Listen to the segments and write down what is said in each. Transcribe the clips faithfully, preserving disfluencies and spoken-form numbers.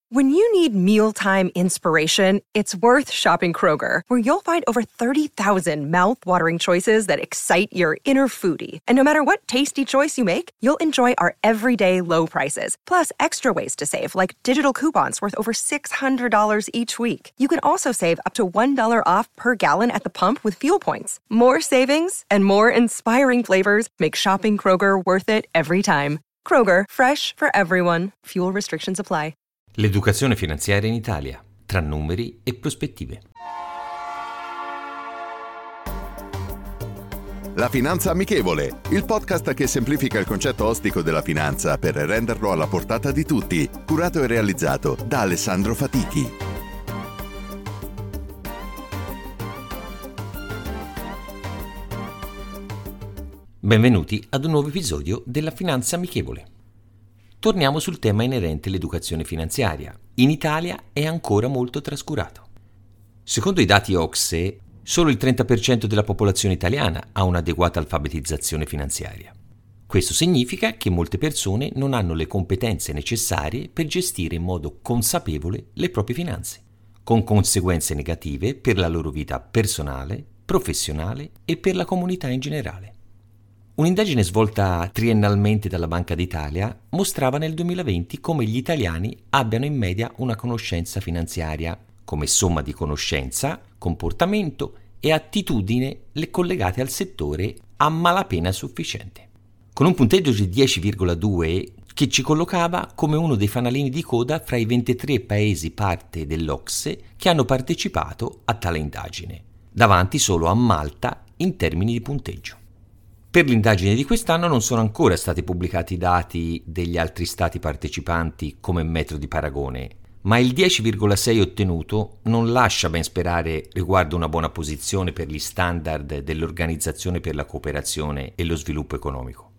When you need mealtime inspiration, it's worth shopping Kroger, where you'll find over thirty thousand mouth-watering choices that excite your inner foodie. And no matter what tasty choice you make, you'll enjoy our everyday low prices, plus extra ways to save, like digital coupons worth over six hundred dollars each week. You can also save up to one dollar off per gallon at the pump with fuel points. More savings and more inspiring flavors make shopping Kroger worth it every time. Kroger, fresh for everyone. Fuel restrictions apply. L'educazione finanziaria in Italia, tra numeri e prospettive. La Finanza Amichevole, il podcast che semplifica il concetto ostico della finanza per renderlo alla portata di tutti, curato e realizzato da Alessandro Fatichi. Benvenuti ad un nuovo episodio della Finanza Amichevole. Torniamo sul tema inerente all'educazione finanziaria. In Italia è ancora molto trascurato. Secondo i dati O C S E, solo il trenta per cento della popolazione italiana ha un'adeguata alfabetizzazione finanziaria. Questo significa che molte persone non hanno le competenze necessarie per gestire in modo consapevole le proprie finanze, con conseguenze negative per la loro vita personale, professionale e per la comunità in generale. Un'indagine svolta triennalmente dalla Banca d'Italia mostrava nel duemilaventi come gli italiani abbiano in media una conoscenza finanziaria come somma di conoscenza, comportamento e attitudine le collegate al settore a malapena sufficiente. Con un punteggio di dieci virgola due che ci collocava come uno dei fanalini di coda fra i ventitré paesi parte dell'O C S E che hanno partecipato a tale indagine, davanti solo a Malta in termini di punteggio. Per l'indagine di quest'anno non sono ancora stati pubblicati i dati degli altri stati partecipanti come metro di paragone, ma il dieci virgola sei ottenuto non lascia ben sperare riguardo una buona posizione per gli standard dell'Organizzazione per la cooperazione e lo sviluppo economico.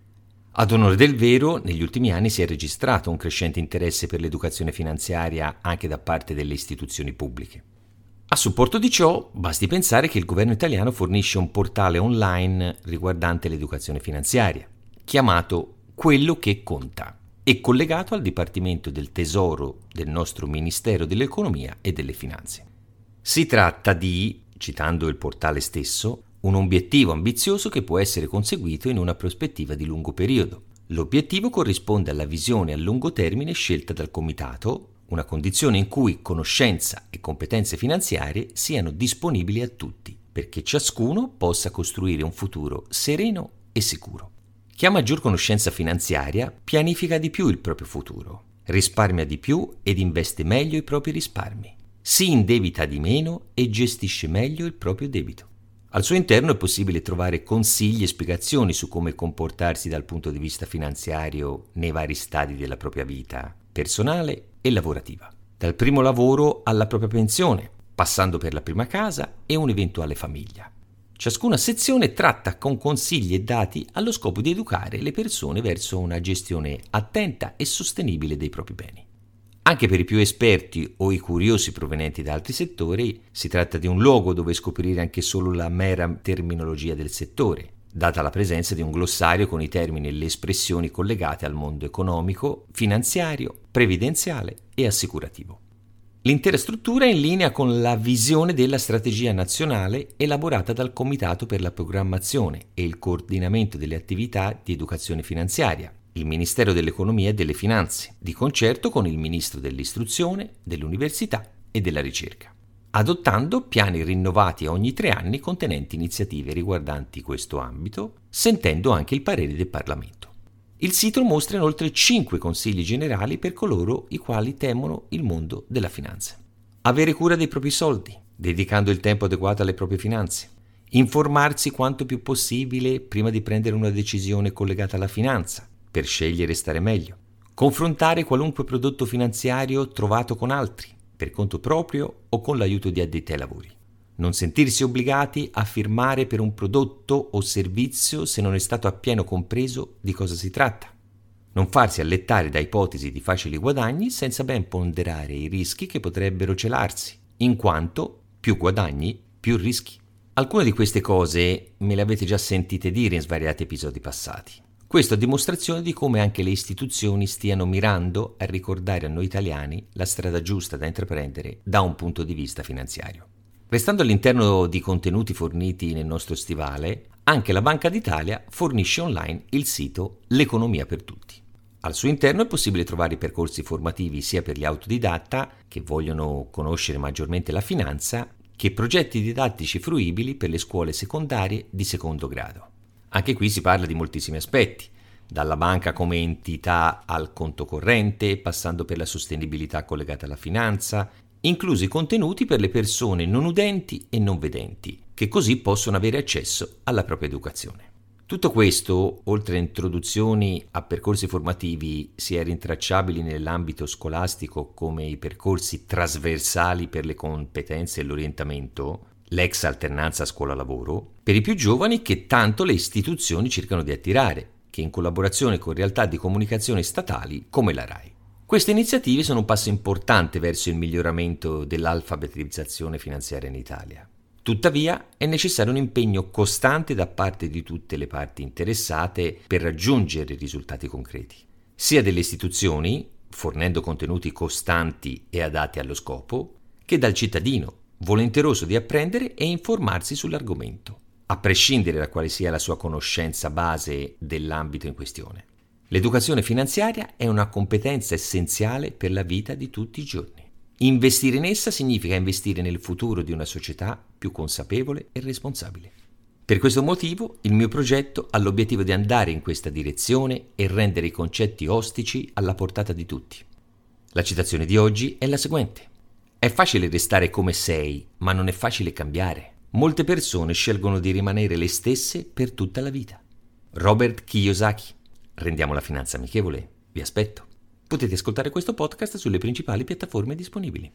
Ad onore del vero, negli ultimi anni si è registrato un crescente interesse per l'educazione finanziaria anche da parte delle istituzioni pubbliche. A supporto di ciò, basti pensare che il governo italiano fornisce un portale online riguardante l'educazione finanziaria, chiamato Quello che conta, e collegato al Dipartimento del Tesoro del nostro Ministero dell'Economia e delle Finanze. Si tratta di, citando il portale stesso, un obiettivo ambizioso che può essere conseguito in una prospettiva di lungo periodo. L'obiettivo corrisponde alla visione a lungo termine scelta dal Comitato, una condizione in cui conoscenza e competenze finanziarie siano disponibili a tutti, perché ciascuno possa costruire un futuro sereno e sicuro. Chi ha maggior conoscenza finanziaria pianifica di più il proprio futuro, risparmia di più ed investe meglio i propri risparmi, si indebita di meno e gestisce meglio il proprio debito. Al suo interno è possibile trovare consigli e spiegazioni su come comportarsi dal punto di vista finanziario nei vari stadi della propria vita personale e lavorativa, dal primo lavoro alla propria pensione, passando per la prima casa e un'eventuale famiglia. Ciascuna sezione tratta con consigli e dati allo scopo di educare le persone verso una gestione attenta e sostenibile dei propri beni. Anche per i più esperti o i curiosi provenienti da altri settori, si tratta di un luogo dove scoprire anche solo la mera terminologia del settore, data la presenza di un glossario con i termini e le espressioni collegate al mondo economico, finanziario, previdenziale e assicurativo. L'intera struttura è in linea con la visione della strategia nazionale elaborata dal Comitato per la programmazione e il coordinamento delle attività di educazione finanziaria, il Ministero dell'Economia e delle Finanze, di concerto con il Ministro dell'Istruzione, dell'Università e della Ricerca, adottando piani rinnovati ogni tre anni contenenti iniziative riguardanti questo ambito, sentendo anche il parere del Parlamento. Il sito mostra inoltre cinque consigli generali per coloro i quali temono il mondo della finanza. Avere cura dei propri soldi, dedicando il tempo adeguato alle proprie finanze. Informarsi quanto più possibile prima di prendere una decisione collegata alla finanza, per scegliere e stare meglio. Confrontare qualunque prodotto finanziario trovato con altri, per conto proprio o con l'aiuto di addetti ai lavori. Non sentirsi obbligati a firmare per un prodotto o servizio se non è stato appieno compreso di cosa si tratta. Non farsi allettare da ipotesi di facili guadagni senza ben ponderare i rischi che potrebbero celarsi, in quanto più guadagni, più rischi. Alcune di queste cose me le avete già sentite dire in svariati episodi passati. Questo a dimostrazione di come anche le istituzioni stiano mirando a ricordare a noi italiani la strada giusta da intraprendere da un punto di vista finanziario. Restando all'interno di contenuti forniti nel nostro stivale, anche la Banca d'Italia fornisce online il sito L'Economia per Tutti. Al suo interno è possibile trovare percorsi formativi sia per gli autodidatta che vogliono conoscere maggiormente la finanza, che progetti didattici fruibili per le scuole secondarie di secondo grado. Anche qui si parla di moltissimi aspetti, dalla banca come entità al conto corrente, passando per la sostenibilità collegata alla finanza, inclusi contenuti per le persone non udenti e non vedenti, che così possono avere accesso alla propria educazione. Tutto questo, oltre a introduzioni a percorsi formativi sia rintracciabili nell'ambito scolastico come i percorsi trasversali per le competenze e l'orientamento, l'ex alternanza scuola-lavoro, per i più giovani che tanto le istituzioni cercano di attirare, che in collaborazione con realtà di comunicazione statali come la RAI. Queste iniziative sono un passo importante verso il miglioramento dell'alfabetizzazione finanziaria in Italia. Tuttavia è necessario un impegno costante da parte di tutte le parti interessate per raggiungere risultati concreti, sia delle istituzioni, fornendo contenuti costanti e adatti allo scopo, che dal cittadino, volenteroso di apprendere e informarsi sull'argomento, a prescindere da quale sia la sua conoscenza base dell'ambito in questione. L'educazione finanziaria è una competenza essenziale per la vita di tutti i giorni. Investire in essa significa investire nel futuro di una società più consapevole e responsabile. Per questo motivo il mio progetto ha l'obiettivo di andare in questa direzione e rendere i concetti ostici alla portata di tutti. La citazione di oggi è la seguente. È facile restare come sei, ma non è facile cambiare. Molte persone scelgono di rimanere le stesse per tutta la vita. Robert Kiyosaki. Rendiamo la finanza amichevole. Vi aspetto. Potete ascoltare questo podcast sulle principali piattaforme disponibili.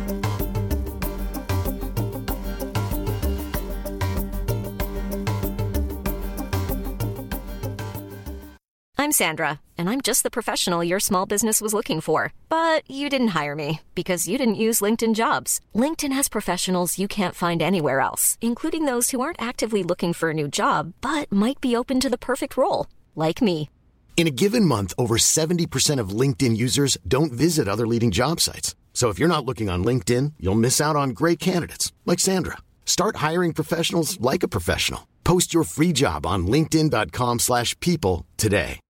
I'm Sandra, and I'm just the professional your small business was looking for. But you didn't hire me because you didn't use LinkedIn Jobs. LinkedIn has professionals you can't find anywhere else, including those who aren't actively looking for a new job, but might be open to the perfect role, like me. In a given month, over seventy percent of LinkedIn users don't visit other leading job sites. So if you're not looking on LinkedIn, you'll miss out on great candidates like Sandra. Start hiring professionals like a professional. Post your free job on linkedin dot com slash people today.